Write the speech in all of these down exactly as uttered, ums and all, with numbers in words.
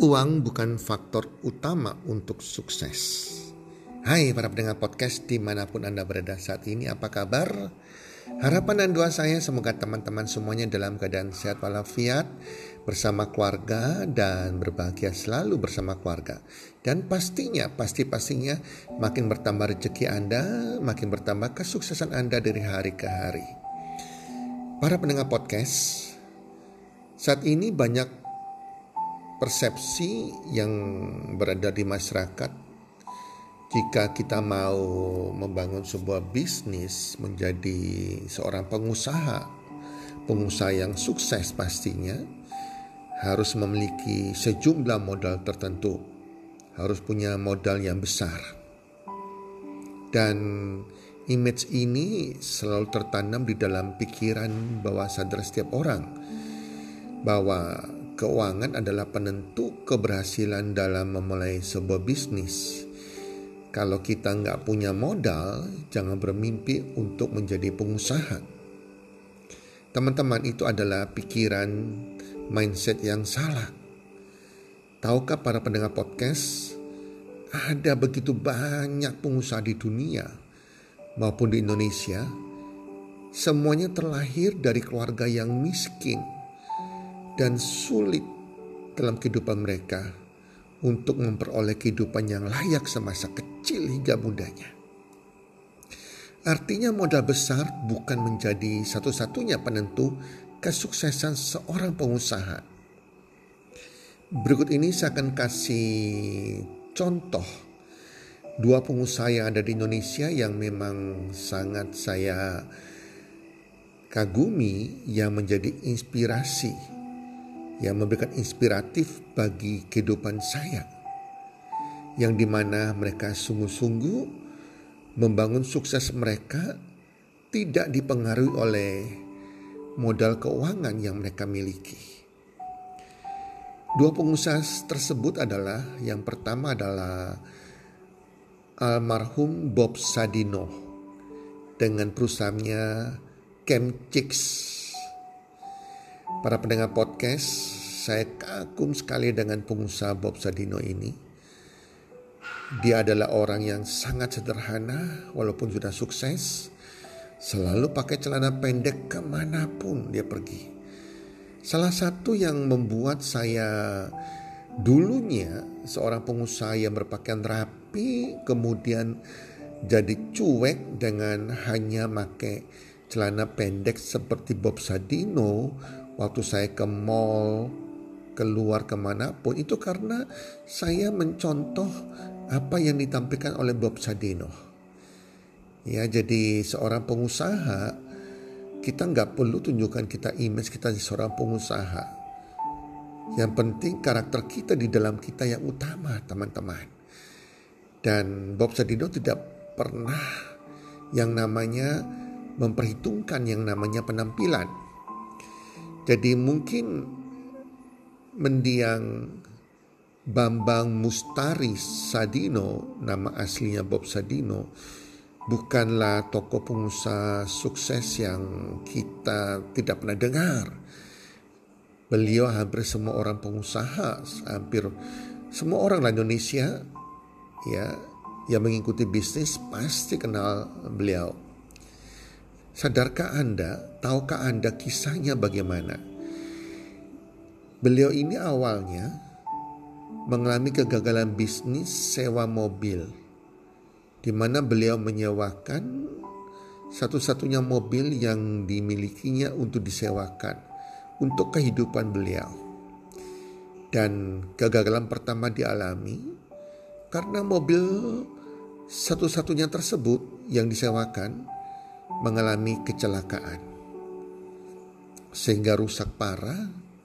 Uang bukan faktor utama untuk sukses. Hai para pendengar podcast dimanapun Anda berada saat ini, apa kabar? Harapan dan doa saya semoga teman-teman semuanya dalam keadaan sehat walafiat, bersama keluarga dan berbahagia selalu bersama keluarga. Dan pastinya, pasti-pastinya makin bertambah rezeki Anda, makin bertambah kesuksesan Anda dari hari ke hari. Para pendengar podcast, saat ini banyak persepsi yang berada di masyarakat. Jika kita mau membangun sebuah bisnis, menjadi seorang pengusaha, pengusaha yang sukses pastinya harus memiliki sejumlah modal tertentu, harus punya modal yang besar. Dan image ini selalu tertanam di dalam pikiran bawah sadar setiap orang, bahwa keuangan adalah penentu keberhasilan dalam memulai sebuah bisnis. Kalau kita nggak punya modal, jangan bermimpi untuk menjadi pengusaha. Teman-teman, itu adalah pikiran mindset yang salah. Tahukah para pendengar podcast, ada begitu banyak pengusaha di dunia maupun di Indonesia, semuanya terlahir dari keluarga yang miskin dan sulit dalam kehidupan mereka untuk memperoleh kehidupan yang layak semasa kecil hingga mudanya. Artinya modal besar bukan menjadi satu-satunya penentu kesuksesan seorang pengusaha. Berikut ini saya akan kasih contoh dua pengusaha yang ada di Indonesia yang memang sangat saya kagumi, yang menjadi inspirasi, yang memberikan inspiratif bagi kehidupan saya, yang dimana mereka sungguh-sungguh membangun sukses mereka tidak dipengaruhi oleh modal keuangan yang mereka miliki. Dua pengusaha tersebut adalah, yang pertama adalah almarhum Bob Sadino dengan perusahaannya Chemchix. Para pendengar podcast, saya kagum sekali dengan pengusaha Bob Sadino ini. Dia adalah orang yang sangat sederhana walaupun sudah sukses. Selalu pakai celana pendek kemanapun dia pergi. Salah satu yang membuat saya dulunya seorang pengusaha yang berpakaian rapi kemudian jadi cuek dengan hanya pakai celana pendek seperti Bob Sadino waktu saya ke mall, keluar kemanapun, itu karena saya mencontoh apa yang ditampilkan oleh Bob Sadino. Ya, jadi seorang pengusaha, kita nggak perlu tunjukkan kita image kita seorang pengusaha. Yang penting karakter kita di dalam kita yang utama, teman-teman. Dan Bob Sadino tidak pernah yang namanya memperhitungkan yang namanya penampilan. Jadi mungkin mendiang Bambang Mustari Sadino, nama aslinya Bob Sadino, bukanlah tokoh pengusaha sukses yang kita tidak pernah dengar. Beliau hampir semua orang pengusaha, hampir semua orang di Indonesia ya yang mengikuti bisnis pasti kenal beliau. Sadarkah Anda, tahukah Anda kisahnya bagaimana? Beliau ini awalnya mengalami kegagalan bisnis sewa mobil, di mana beliau menyewakan satu-satunya mobil yang dimilikinya untuk disewakan untuk kehidupan beliau. Dan kegagalan pertama dialami karena mobil satu-satunya tersebut yang disewakan mengalami kecelakaan, sehingga rusak parah,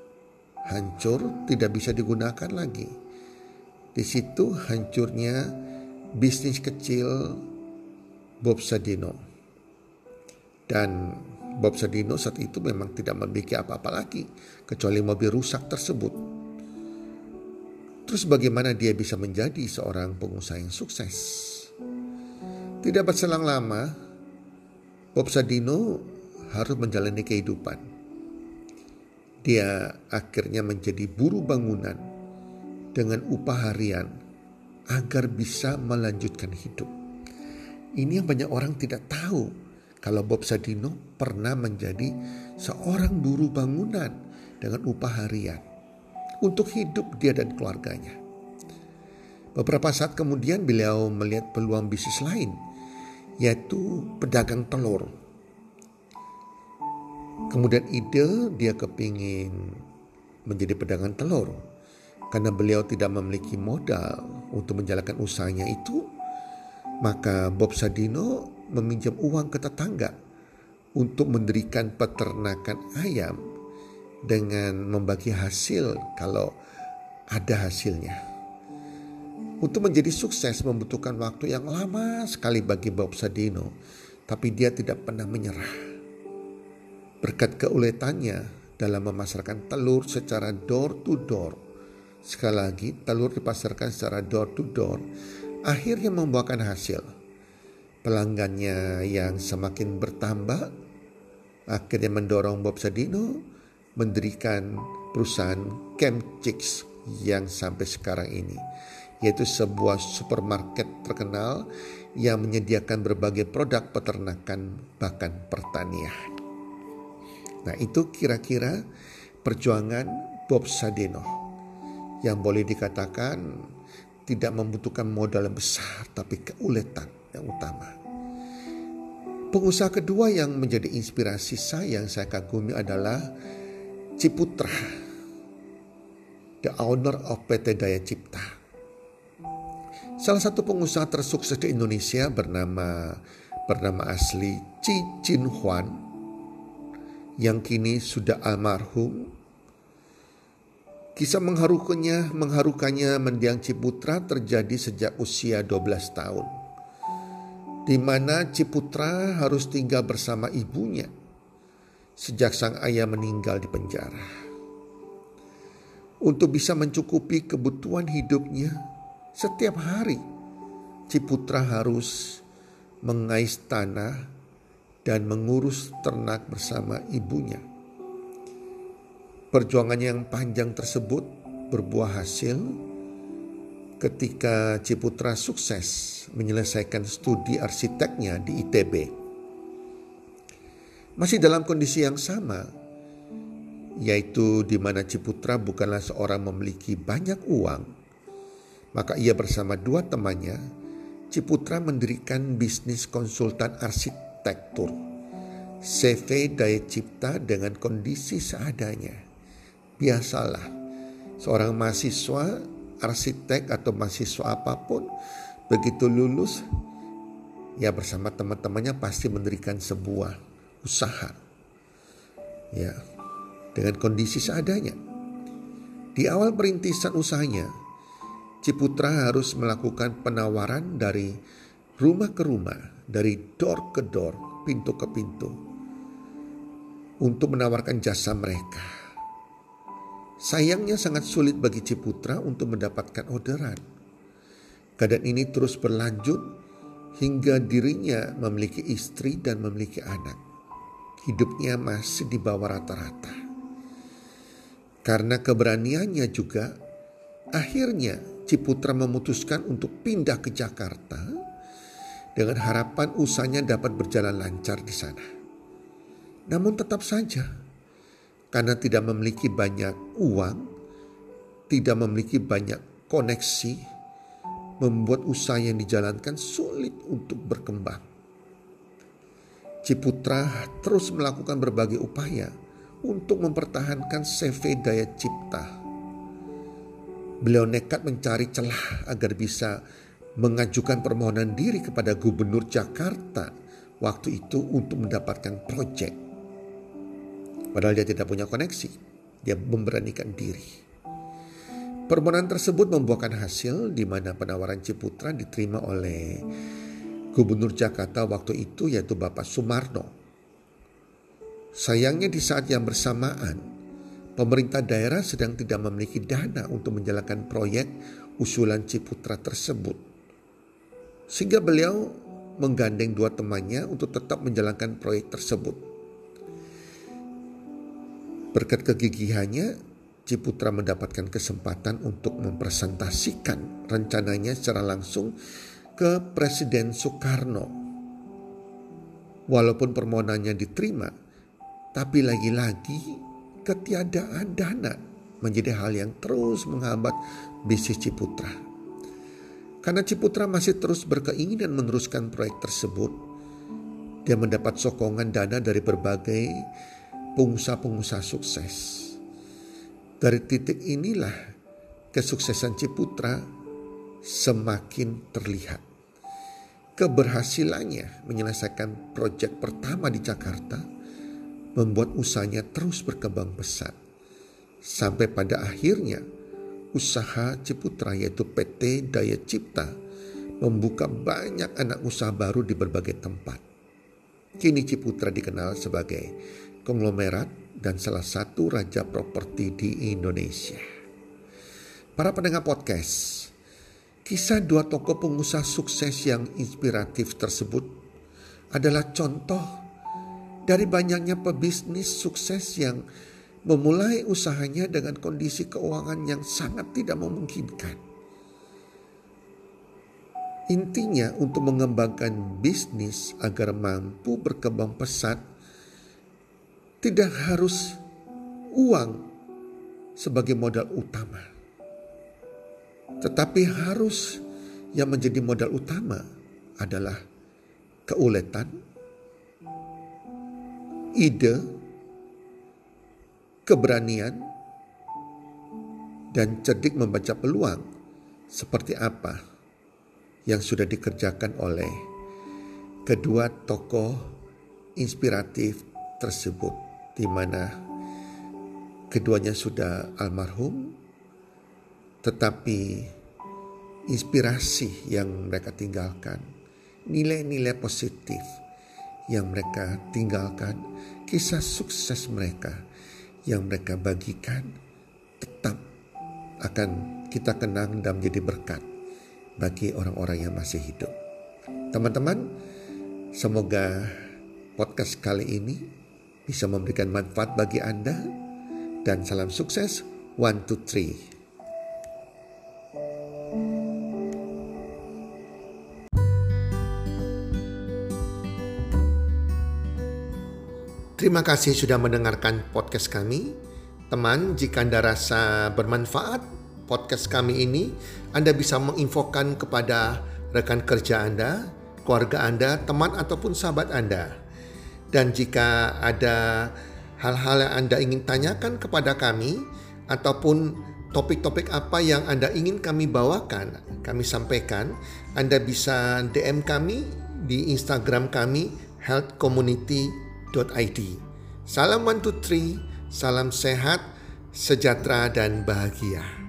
hancur, tidak bisa digunakan lagi. Di situ hancurnya bisnis kecil Bob Sadino. Dan Bob Sadino saat itu memang tidak memiliki apa-apa lagi kecuali mobil rusak tersebut. Terus bagaimana dia bisa menjadi seorang pengusaha yang sukses? Tidak berselang lama, Bob Sadino harus menjalani kehidupan. Dia akhirnya menjadi buruh bangunan dengan upah harian agar bisa melanjutkan hidup. Ini yang banyak orang tidak tahu, kalau Bob Sadino pernah menjadi seorang buruh bangunan dengan upah harian untuk hidup dia dan keluarganya. Beberapa saat kemudian beliau melihat peluang bisnis lain, yaitu pedagang telur. Kemudian ide dia kepingin menjadi pedagang telur. Karena beliau tidak memiliki modal untuk menjalankan usahanya itu, maka Bob Sadino meminjam uang ke tetangga untuk mendirikan peternakan ayam dengan membagi hasil kalau ada hasilnya. Untuk menjadi sukses membutuhkan waktu yang lama sekali bagi Bob Sadino, tapi dia tidak pernah menyerah. Berkat keuletannya dalam memasarkan telur secara door to door, sekali lagi telur dipasarkan secara door to door, akhirnya membuahkan hasil. Pelanggannya yang semakin bertambah akhirnya mendorong Bob Sadino mendirikan perusahaan Camp Chicks yang sampai sekarang ini, yaitu sebuah supermarket terkenal yang menyediakan berbagai produk peternakan bahkan pertanian. Nah, itu kira-kira perjuangan Bob Sadino yang boleh dikatakan tidak membutuhkan modal yang besar, tapi keuletan yang utama. Pengusaha kedua yang menjadi inspirasi saya yang saya kagumi adalah Ciputra, the owner of P T Daya Cipta. Salah satu pengusaha tersukses di Indonesia bernama bernama asli Ci Jin Huan yang kini sudah almarhum. Kisah mengharukannya, mengharukannya mendiang Ciputra terjadi sejak usia dua belas tahun, di mana Ciputra harus tinggal bersama ibunya sejak sang ayah meninggal di penjara. Untuk bisa mencukupi kebutuhan hidupnya, setiap hari Ciputra harus mengais tanah dan mengurus ternak bersama ibunya. Perjuangan yang panjang tersebut berbuah hasil ketika Ciputra sukses menyelesaikan studi arsiteknya di I T B. Masih dalam kondisi yang sama, yaitu di mana Ciputra bukanlah seorang memiliki banyak uang, maka ia bersama dua temannya, Ciputra mendirikan bisnis konsultan arsitektur, C V Daya Cipta dengan kondisi seadanya. Biasalah, seorang mahasiswa arsitek atau mahasiswa apapun, begitu lulus, ya bersama teman-temannya pasti mendirikan sebuah usaha, ya, dengan kondisi seadanya. Di awal perintisan usahanya, Ciputra harus melakukan penawaran dari rumah ke rumah, dari door ke door, pintu ke pintu, untuk menawarkan jasa mereka. Sayangnya sangat sulit bagi Ciputra untuk mendapatkan orderan. Keadaan ini terus berlanjut hingga dirinya memiliki istri dan memiliki anak. Hidupnya masih di bawah rata-rata. Karena keberaniannya juga, akhirnya Ciputra memutuskan untuk pindah ke Jakarta dengan harapan usahanya dapat berjalan lancar di sana. Namun tetap saja, karena tidak memiliki banyak uang, tidak memiliki banyak koneksi, membuat usaha yang dijalankan sulit untuk berkembang. Ciputra terus melakukan berbagai upaya untuk mempertahankan C V Daya Cipta. Beliau nekat mencari celah agar bisa mengajukan permohonan diri kepada Gubernur Jakarta waktu itu untuk mendapatkan proyek. Padahal dia tidak punya koneksi, dia memberanikan diri. Permohonan tersebut membuahkan hasil di mana penawaran Ciputra diterima oleh Gubernur Jakarta waktu itu, yaitu Bapak Sumarno. Sayangnya di saat yang bersamaan, pemerintah daerah sedang tidak memiliki dana untuk menjalankan proyek usulan Ciputra tersebut. Sehingga beliau menggandeng dua temannya untuk tetap menjalankan proyek tersebut. Berkat kegigihannya, Ciputra mendapatkan kesempatan untuk mempresentasikan rencananya secara langsung ke Presiden Soekarno. Walaupun permohonannya diterima, tapi lagi-lagi ketiadaan dana menjadi hal yang terus menghambat bisnis Ciputra. Karena Ciputra masih terus berkeinginan meneruskan proyek tersebut, dia mendapat sokongan dana dari berbagai pengusaha-pengusaha sukses. Dari titik inilah kesuksesan Ciputra semakin terlihat. Keberhasilannya menyelesaikan proyek pertama di Jakarta membuat usahanya terus berkembang pesat. Sampai pada akhirnya usaha Ciputra yaitu P T Daya Cipta membuka banyak anak usaha baru di berbagai tempat. Kini Ciputra dikenal sebagai konglomerat dan salah satu raja properti di Indonesia. Para pendengar podcast, kisah dua tokoh pengusaha sukses yang inspiratif tersebut adalah contoh dari banyaknya pebisnis sukses yang memulai usahanya dengan kondisi keuangan yang sangat tidak memungkinkan. Intinya untuk mengembangkan bisnis agar mampu berkembang pesat, tidak harus uang sebagai modal utama. Tetapi harus yang menjadi modal utama adalah keuletan, ide, keberanian, dan cerdik membaca peluang seperti apa yang sudah dikerjakan oleh kedua tokoh inspiratif tersebut, di mana keduanya sudah almarhum, tetapi inspirasi yang mereka tinggalkan, nilai-nilai positif yang mereka tinggalkan, kisah sukses mereka yang mereka bagikan tetap akan kita kenang dan menjadi berkat bagi orang-orang yang masih hidup. Teman-teman, semoga podcast kali ini bisa memberikan manfaat bagi Anda, dan salam sukses one two three. Terima kasih sudah mendengarkan podcast kami. Teman, jika Anda rasa bermanfaat podcast kami ini, Anda bisa menginfokan kepada rekan kerja Anda, keluarga Anda, teman ataupun sahabat Anda. Dan jika ada hal-hal yang Anda ingin tanyakan kepada kami, ataupun topik-topik apa yang Anda ingin kami bawakan, kami sampaikan, Anda bisa D M kami di Instagram kami health community dot i d. Salam one two three, salam sehat, sejahtera dan bahagia.